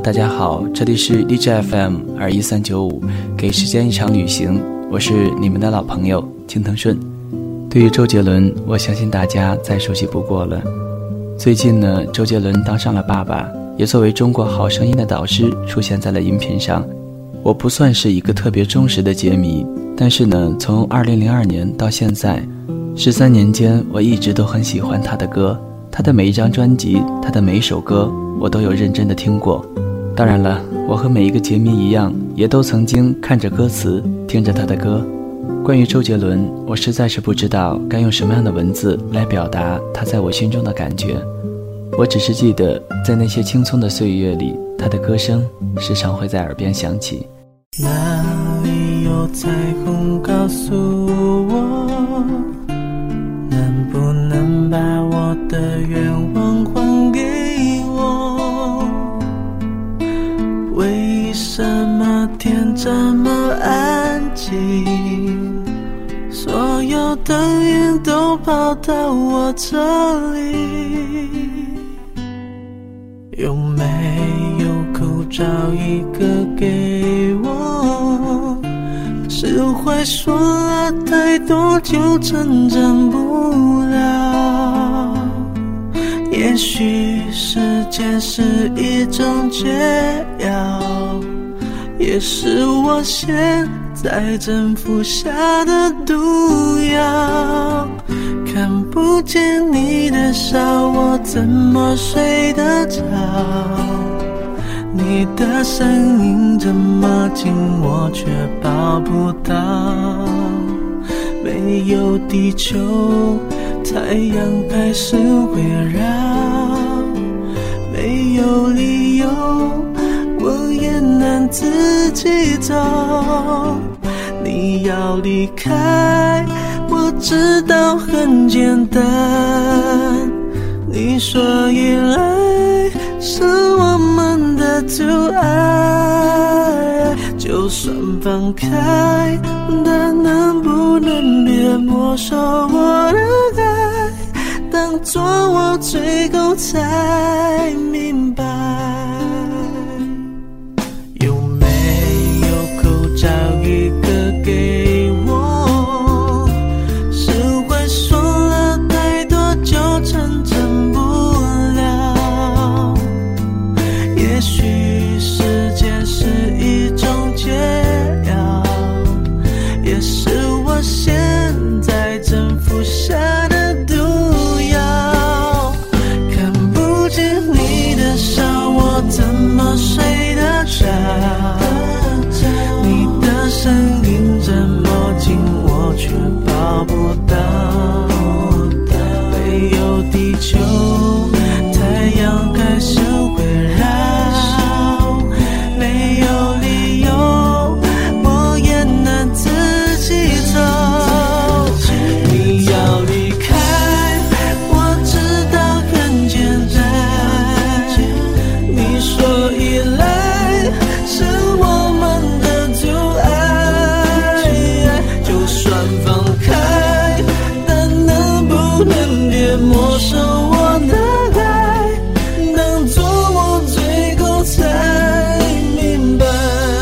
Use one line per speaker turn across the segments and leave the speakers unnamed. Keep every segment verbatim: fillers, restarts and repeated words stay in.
大家好，这里是荔枝 F M 二一三九五，给时间一场旅行，我是你们的老朋友青藤顺。对于周杰伦，我相信大家再熟悉不过了。最近呢，周杰伦当上了爸爸，也作为中国好声音的导师出现在了音频上。我不算是一个特别忠实的杰迷，但是呢，从二零零二年到现在十三年间，我一直都很喜欢他的歌，他的每一张专辑，他的每一首歌我都有认真的听过。当然了，我和每一个杰迷一样，也都曾经看着歌词，听着他的歌。关于周杰伦，我实在是不知道该用什么样的文字来表达他在我心中的感觉。我只是记得在那些青葱的岁月里，他的歌声时常会在耳边响起。
哪里有彩虹告诉我，能不能把我的愿望还给我？为什么天这么安静，所有灯影都跑到我这里？有没有口罩一个给我？释怀说了太多就成长不了。也许时间是一种解药，也是我现在正服下的毒药。看不见你的笑，我怎么睡得着？你的声音这么近，我却抱不到。没有地球，太阳开始围绕。没有理由，我也能自己走。你要离开，我知道很简单。你说依赖是我们的阻碍，就算放开，但能不能别没收我的爱？当作我最后才明白。有没有口罩一个给我？释怀说了太多就成长不了。也许时间是一种解药，也是我现在正服下的毒药。看不见你的笑，我怎么睡得着？你的声音这么近，我却抱不到。没有地球，太阳开始围绕。没有理由，我也能自己走。你要离开，我知道很简单。你说依赖是我们的阻碍，就算放开，但能不能别没收我的爱？当作我最后才明白。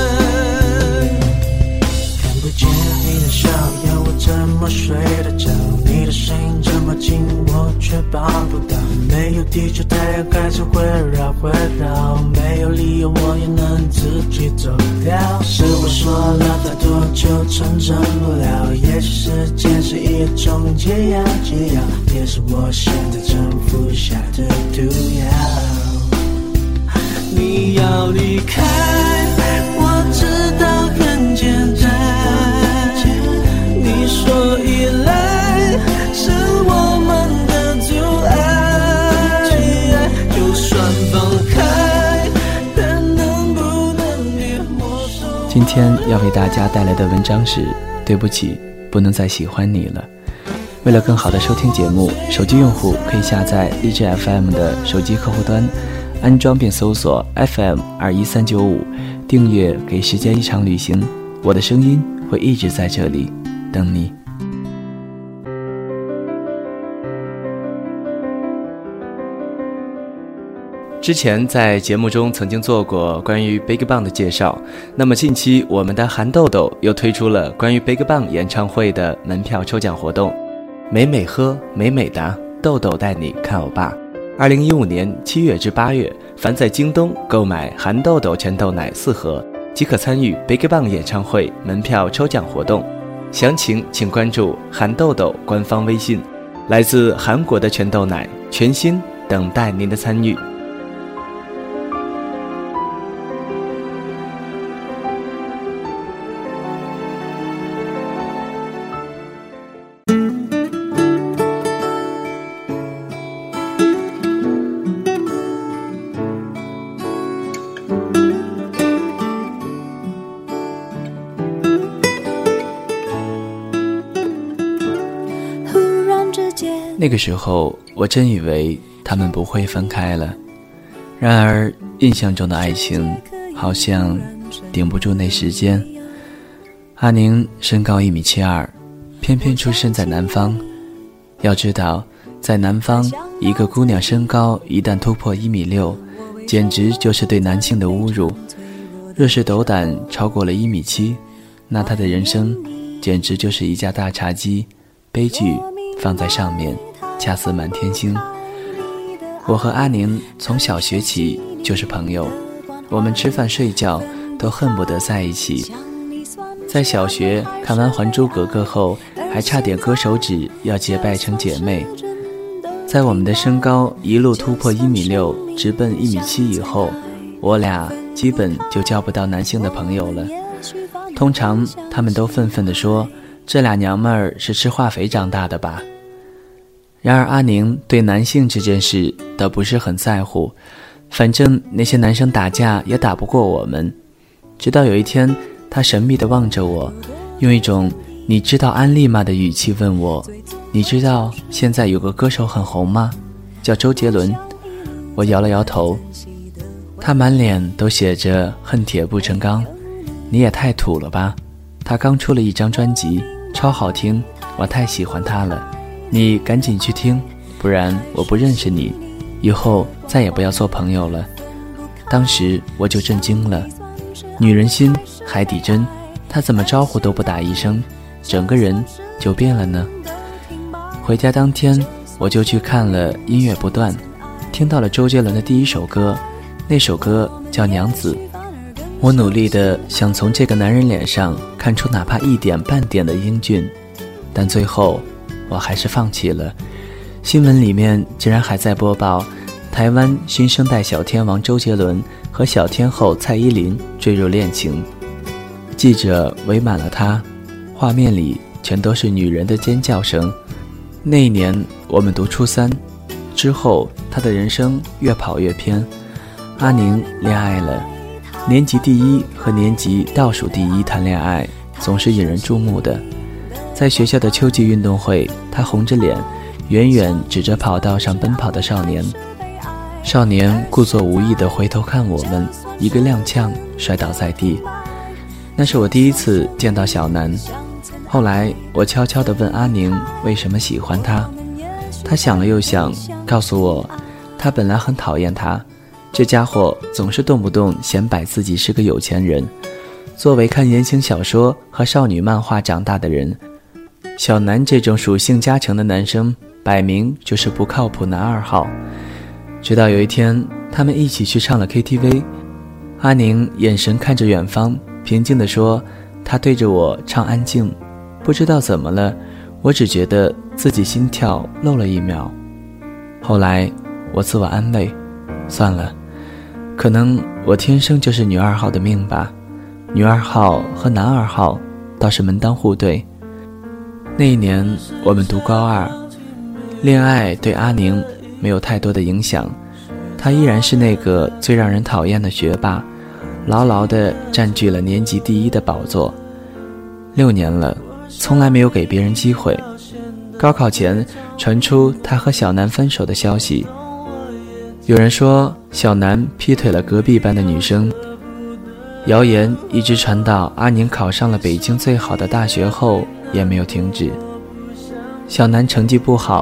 看不见你的笑，要我怎么睡得着？你的声音这么近，我却抱不到。没有地球，太阳开始围绕围绕。没有理由，我也能自己走掉。是我说了太多就成长不了。也许时间是一种解药，解药也是我现在正服下的毒药。你要离开，我知道很简单。你说依赖是我们的阻碍，就算放开，但能不能别没收。
今天要为大家带来的文章是：对不起，不能再喜欢你了。为了更好的收听节目，手机用户可以下载荔枝 F M 的手机客户端，安装并搜索 F M 二一三九五，订阅给时间一场旅行。我的声音会一直在这里等你。 之前在节目中曾经做过关于 BigBang 的介绍，那么近期我们的韩豆豆又推出了关于 BigBang 演唱会的门票抽奖活动，美美喝美美哒，豆豆带你看欧巴。二零一五年七月至八月，凡在京东购买韩豆豆全豆奶四盒，即可参与 BigBang 演唱会门票抽奖活动。详情请关注韩豆豆官方微信。来自韩国的全豆奶，全新等待您的参与。那个时候我真以为他们不会分开了，然而印象中的爱情好像顶不住那时间。阿宁身高一米七二，偏偏出身在南方。要知道，在南方，一个姑娘身高一旦突破一米六，简直就是对男性的侮辱。若是斗胆超过了一米七，那她的人生简直就是一架大茶几，悲剧放在上面，恰似满天星。我和阿宁从小学起就是朋友，我们吃饭睡觉都恨不得在一起。在小学看完《还珠格格》后，还差点割手指要结拜成姐妹。在我们的身高一路突破一米六，直奔一米七以后，我俩基本就交不到男性的朋友了。通常他们都愤愤地说，这俩娘们儿是吃化肥长大的吧。然而阿宁对男性这件事倒不是很在乎，反正那些男生打架也打不过我们。直到有一天，他神秘地望着我，用一种你知道安利吗的语气问我，你知道现在有个歌手很红吗？叫周杰伦。我摇了摇头。他满脸都写着恨铁不成钢。你也太土了吧，他刚出了一张专辑，超好听，我太喜欢他了，你赶紧去听，不然我不认识你，以后再也不要做朋友了。当时我就震惊了，女人心海底针，他怎么招呼都不打一声，整个人就变了呢？回家当天我就去看了音乐不断，听到了周杰伦的第一首歌，那首歌叫《娘子》。我努力地想从这个男人脸上看出哪怕一点半点的英俊，但最后我还是放弃了。新闻里面竟然还在播报台湾新生代小天王周杰伦和小天后蔡依林坠入恋情，记者围满了他，画面里全都是女人的尖叫声。那一年我们读初三，之后他的人生越跑越偏。阿宁恋爱了，年级第一和年级倒数第一谈恋爱总是引人注目的。在学校的秋季运动会，他红着脸远远指着跑道上奔跑的少年，少年故作无意地回头看我们，一个踉跄摔倒在地。那是我第一次见到小南。后来我悄悄地问阿宁为什么喜欢他，他想了又想，告诉我他本来很讨厌他，这家伙总是动不动显摆自己是个有钱人。作为看言情小说和少女漫画长大的人，小南这种属性加成的男生摆明就是不靠谱男二号。直到有一天他们一起去唱了 K T V， 阿宁眼神看着远方，平静地说，他对着我唱安静。不知道怎么了，我只觉得自己心跳漏了一秒。后来我自我安慰，算了，可能我天生就是女二号的命吧。女二号和男二号倒是门当户对。那一年我们读高二，恋爱对阿宁没有太多的影响，他依然是那个最让人讨厌的学霸，牢牢地占据了年级第一的宝座。六年了，从来没有给别人机会。高考前传出他和小南分手的消息，有人说小南劈腿了隔壁班的女生，谣言一直传到阿宁考上了北京最好的大学后也没有停止。小南成绩不好，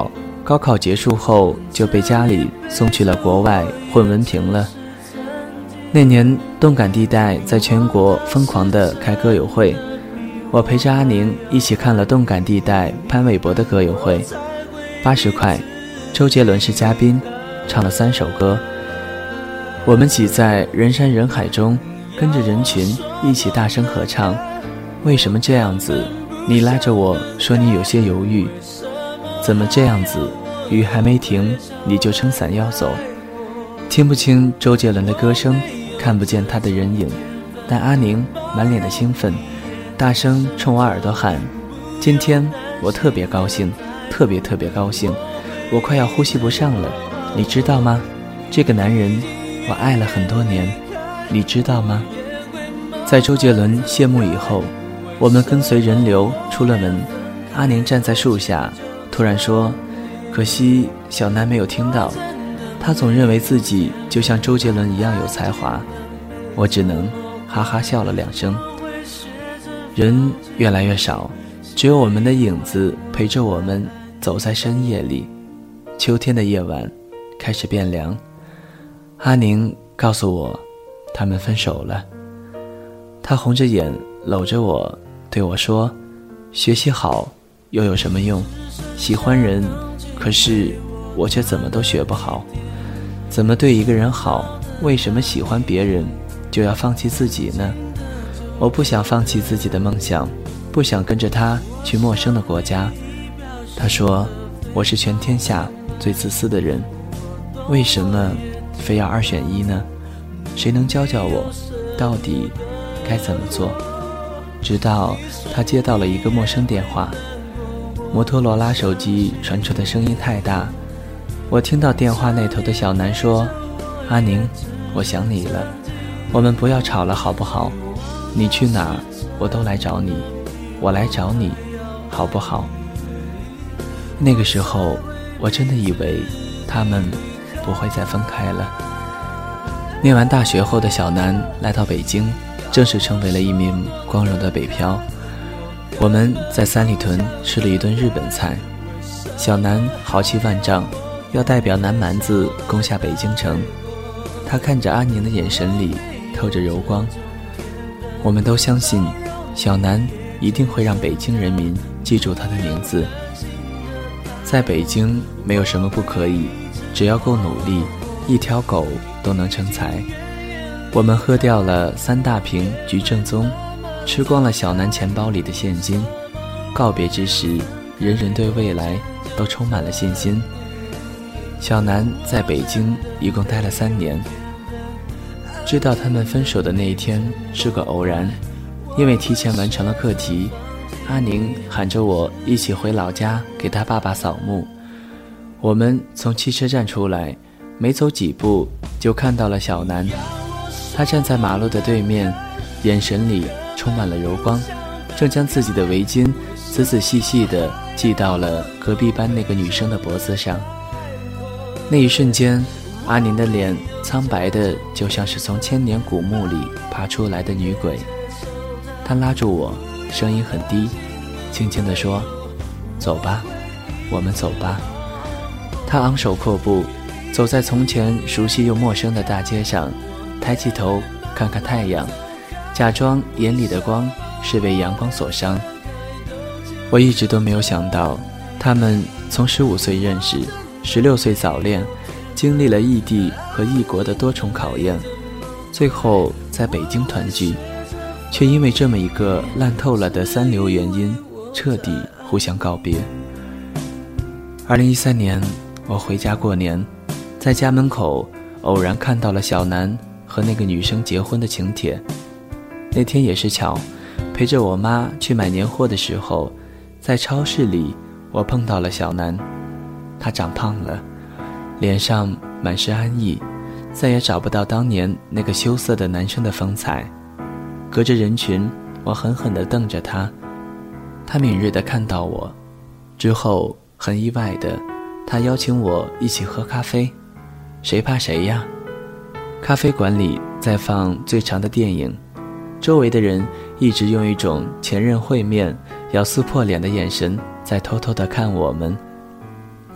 高考结束后就被家里送去了国外混文凭了。那年动感地带在全国疯狂地开歌友会，我陪着阿宁一起看了动感地带潘玮柏的歌友会，八十块，周杰伦是嘉宾，唱了三首歌。我们挤在人山人海中，跟着人群一起大声合唱。为什么这样子？你拉着我说你有些犹豫。怎么这样子？雨还没停，你就撑伞要走。听不清周杰伦的歌声，看不见他的人影，但阿宁满脸的兴奋，大声冲我耳朵喊：今天我特别高兴，特别特别高兴，我快要呼吸不上了，你知道吗？这个男人我爱了很多年，你知道吗？在周杰伦谢幕以后，我们跟随人流出了门。阿宁站在树下突然说，可惜小南没有听到，他总认为自己就像周杰伦一样有才华。我只能哈哈笑了两声。人越来越少，只有我们的影子陪着我们走在深夜里。秋天的夜晚开始变凉，阿宁告诉我他们分手了。他红着眼搂着我对我说，学习好又有什么用？喜欢人，可是我却怎么都学不好。怎么对一个人好？为什么喜欢别人就要放弃自己呢？我不想放弃自己的梦想，不想跟着他去陌生的国家。他说，我是全天下最自私的人，为什么非要二选一呢？谁能教教我到底该怎么做？直到他接到了一个陌生电话，摩托罗拉手机传出的声音太大，我听到电话那头的小南说，阿宁，我想你了，我们不要吵了好不好？你去哪我都来找你，我来找你好不好？那个时候我真的以为他们不会再分开了。念完大学后的小南来到北京，正式成为了一名光荣的北漂。我们在三里屯吃了一顿日本菜，小南豪气万丈，要代表南蛮子攻下北京城。他看着阿宁的眼神里透着柔光，我们都相信小南一定会让北京人民记住他的名字。在北京没有什么不可以，只要够努力，一条狗都能成才。我们喝掉了三大瓶菊正宗，吃光了小南钱包里的现金。告别之时，人人对未来都充满了信心。小南在北京一共待了三年。知道他们分手的那一天是个偶然，因为提前完成了课题，阿宁喊着我一起回老家给他爸爸扫墓。我们从汽车站出来，没走几步就看到了小南，他站在马路的对面，眼神里充满了柔光，正将自己的围巾仔仔细细地系到了隔壁班那个女生的脖子上。那一瞬间，阿宁的脸苍白的就像是从千年古墓里爬出来的女鬼。她拉住我，声音很低，轻轻地说，走吧，我们走吧。她昂首阔步走在从前熟悉又陌生的大街上，抬起头看看太阳，假装眼里的光是被阳光所伤。我一直都没有想到，他们从十五岁认识，十六岁早恋，经历了异地和异国的多重考验，最后在北京团聚，却因为这么一个烂透了的三流原因，彻底互相告别。二零一三年，我回家过年，在家门口偶然看到了小南和那个女生结婚的请帖。那天也是巧，陪着我妈去买年货的时候，在超市里我碰到了小南。他长胖了，脸上满是安逸，再也找不到当年那个羞涩的男生的风采。隔着人群，我狠狠地瞪着他，他敏锐地看到我，之后很意外的，他邀请我一起喝咖啡。谁怕谁呀？咖啡馆里在放最长的电影，周围的人一直用一种前任会面要撕破脸的眼神在偷偷地看我们。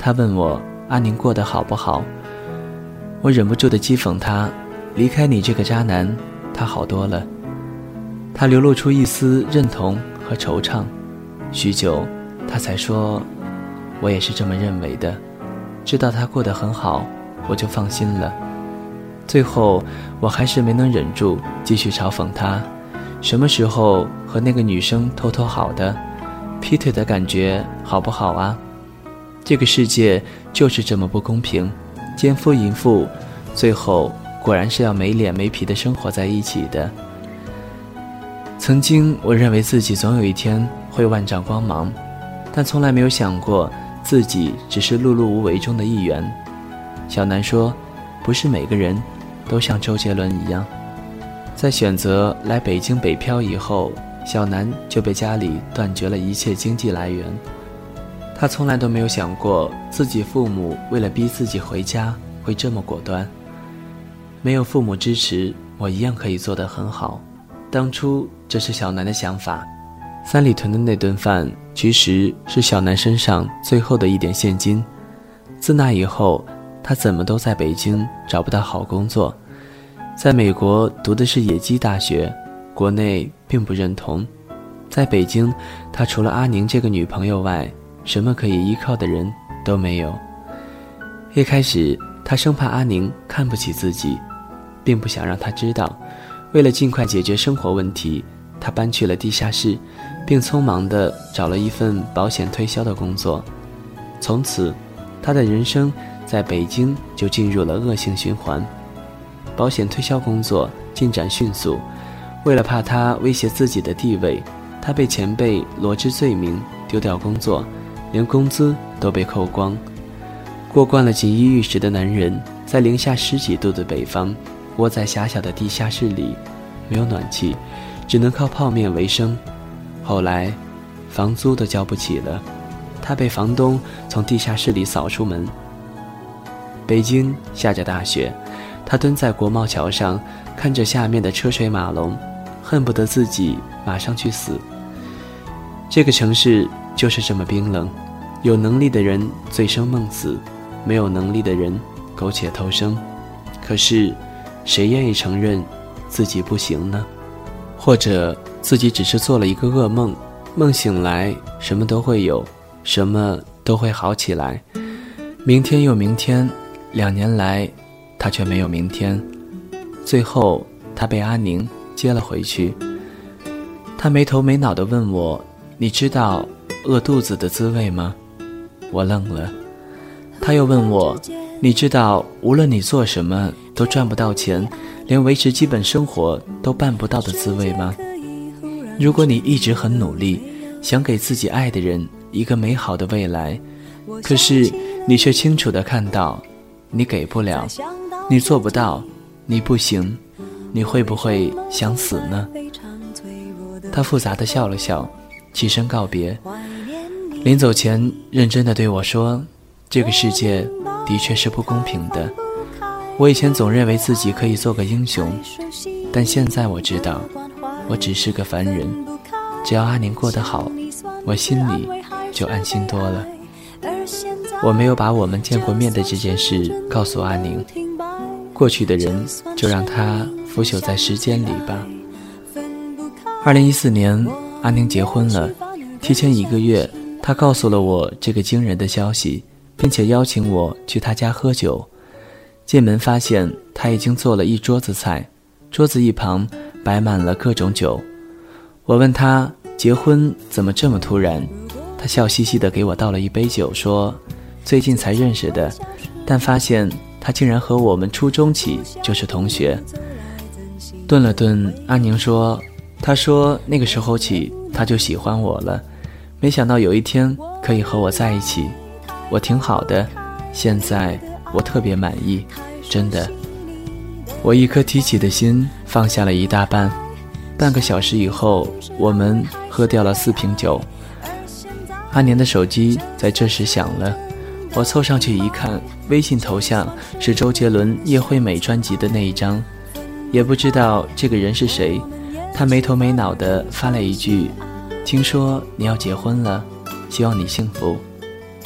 他问我阿宁过得好不好，我忍不住地讥讽他，离开你这个渣男，他好多了。他流露出一丝认同和惆怅，许久他才说，我也是这么认为的，知道他过得很好，我就放心了。最后我还是没能忍住，继续嘲讽他，什么时候和那个女生偷偷好的，劈腿的感觉好不好啊？这个世界就是这么不公平，奸夫淫妇最后果然是要没脸没皮的生活在一起的。曾经我认为自己总有一天会万丈光芒，但从来没有想过自己只是碌碌无为中的一员。小南说，不是每个人都像周杰伦一样，在选择来北京北漂以后，小南就被家里断绝了一切经济来源。他从来都没有想过自己父母为了逼自己回家会这么果断。没有父母支持，我一样可以做得很好。当初这是小南的想法。三里屯的那顿饭其实是小南身上最后的一点现金。自那以后，他怎么都在北京找不到好工作，在美国读的是野鸡大学，国内并不认同。在北京，他除了阿宁这个女朋友外，什么可以依靠的人都没有。一开始他生怕阿宁看不起自己，并不想让他知道，为了尽快解决生活问题，他搬去了地下室，并匆忙地找了一份保险推销的工作。从此他的人生在北京就进入了恶性循环。保险推销工作进展迅速，为了怕他威胁自己的地位，他被前辈罗织罪名，丢掉工作，连工资都被扣光。过惯了锦衣玉食的男人，在零下十几度的北方，窝在狭小的地下室里，没有暖气，只能靠泡面为生。后来房租都交不起了，他被房东从地下室里扫出门。北京下着大雪，他蹲在国贸桥上，看着下面的车水马龙，恨不得自己马上去死。这个城市就是这么冰冷，有能力的人醉生梦死，没有能力的人苟且偷生。可是谁愿意承认自己不行呢？或者自己只是做了一个噩梦，梦醒来什么都会有，什么都会好起来。明天又明天，两年来他却没有明天。最后他被阿宁接了回去。他没头没脑地问我，你知道饿肚子的滋味吗？我愣了。他又问我，你知道无论你做什么都赚不到钱，连维持基本生活都办不到的滋味吗？如果你一直很努力，想给自己爱的人一个美好的未来，可是你却清楚地看到你给不了，你做不到，你不行，你会不会想死呢？他复杂地笑了笑，起身告别。临走前认真地对我说，这个世界的确是不公平的。我以前总认为自己可以做个英雄，但现在我知道我只是个凡人。只要阿宁过得好，我心里就安心多了。我没有把我们见过面的这件事告诉阿宁，过去的人就让它腐朽在时间里吧。二零一四年阿宁结婚了，提前一个月他告诉了我这个惊人的消息，并且邀请我去他家喝酒。进门发现他已经做了一桌子菜，桌子一旁摆满了各种酒。我问他结婚怎么这么突然，他笑嘻嘻地给我倒了一杯酒，说最近才认识的，但发现他竟然和我们初中起就是同学。顿了顿，阿宁说，他说那个时候起他就喜欢我了，没想到有一天可以和我在一起。我挺好的，现在我特别满意，真的。我一颗提起的心放下了一大半。半个小时以后，我们喝掉了四瓶酒。阿年的手机在这时响了，我凑上去一看，微信头像是周杰伦《叶惠美》专辑的那一张，也不知道这个人是谁。他没头没脑地发了一句，听说你要结婚了，希望你幸福。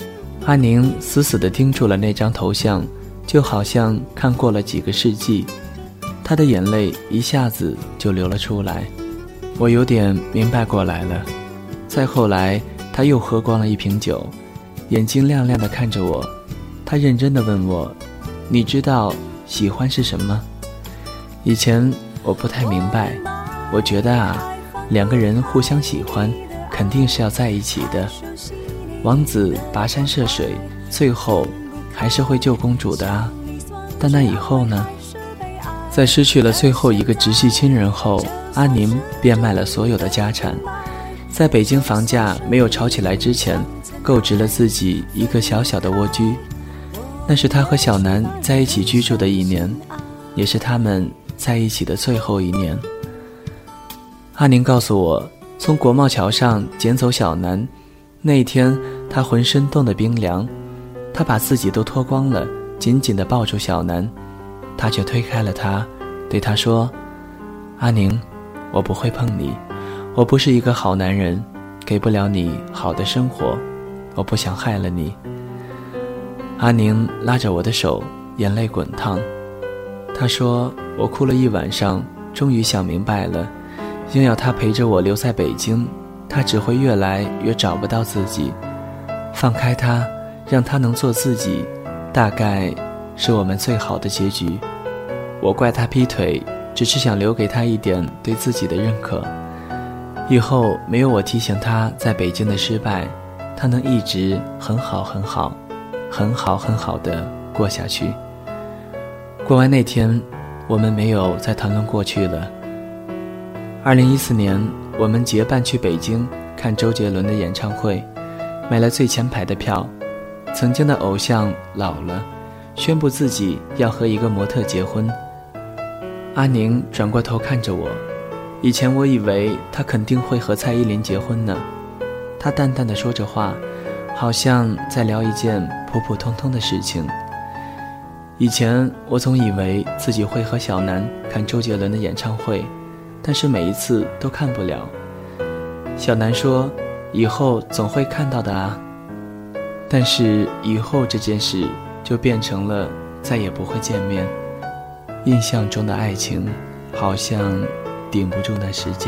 阿宁死死地盯住了那张头像，就好像看过了几个世纪。他的眼泪一下子就流了出来，我有点明白过来了。再后来，他又喝光了一瓶酒，眼睛亮亮地看着我，他认真地问我：你知道喜欢是什么？以前我不太明白，我觉得啊，两个人互相喜欢，肯定是要在一起的。王子跋山涉水，最后还是会救公主的啊。但那以后呢？在失去了最后一个直系亲人后，阿宁变卖了所有的家产，在北京房价没有炒起来之前，购置了自己一个小小的蜗居。那是他和小南在一起居住的一年，也是他们在一起的最后一年。阿宁告诉我，从国贸桥上捡走小南那一天，他浑身冻得冰凉，他把自己都脱光了，紧紧地抱住小南，他却推开了他，对他说：阿宁，我不会碰你，我不是一个好男人，给不了你好的生活，我不想害了你。阿宁拉着我的手，眼泪滚烫。他说，我哭了一晚上，终于想明白了，硬要他陪着我留在北京，他只会越来越找不到自己。放开他，让他能做自己，大概是我们最好的结局。我怪他劈腿，只是想留给他一点对自己的认可。以后没有我提醒他在北京的失败，他能一直很好很好很好很好的过下去。过完那天，我们没有再谈论过去了。二零一四年，我们结伴去北京看周杰伦的演唱会，买了最前排的票。曾经的偶像老了，宣布自己要和一个模特结婚。阿宁转过头看着我，以前我以为他肯定会和蔡依林结婚呢。他淡淡地说着话，好像在聊一件普普通通的事情。以前我总以为自己会和小南看周杰伦的演唱会，但是每一次都看不了。小南说，以后总会看到的啊。但是以后这件事就变成了再也不会见面。印象中的爱情好像顶不住那时间。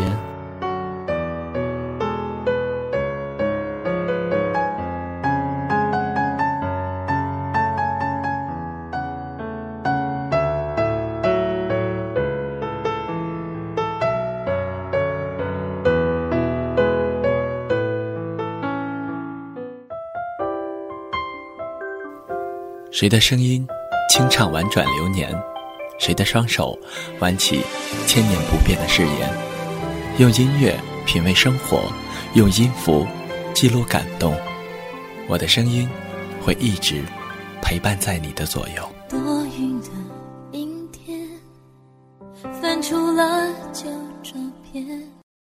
谁的声音清唱婉转流年，谁的双手挽起千年不变的誓言。用音乐品味生活，用音符记录感动。我的声音会一直陪伴在你的左右。
多云的阴天，翻出了旧照片，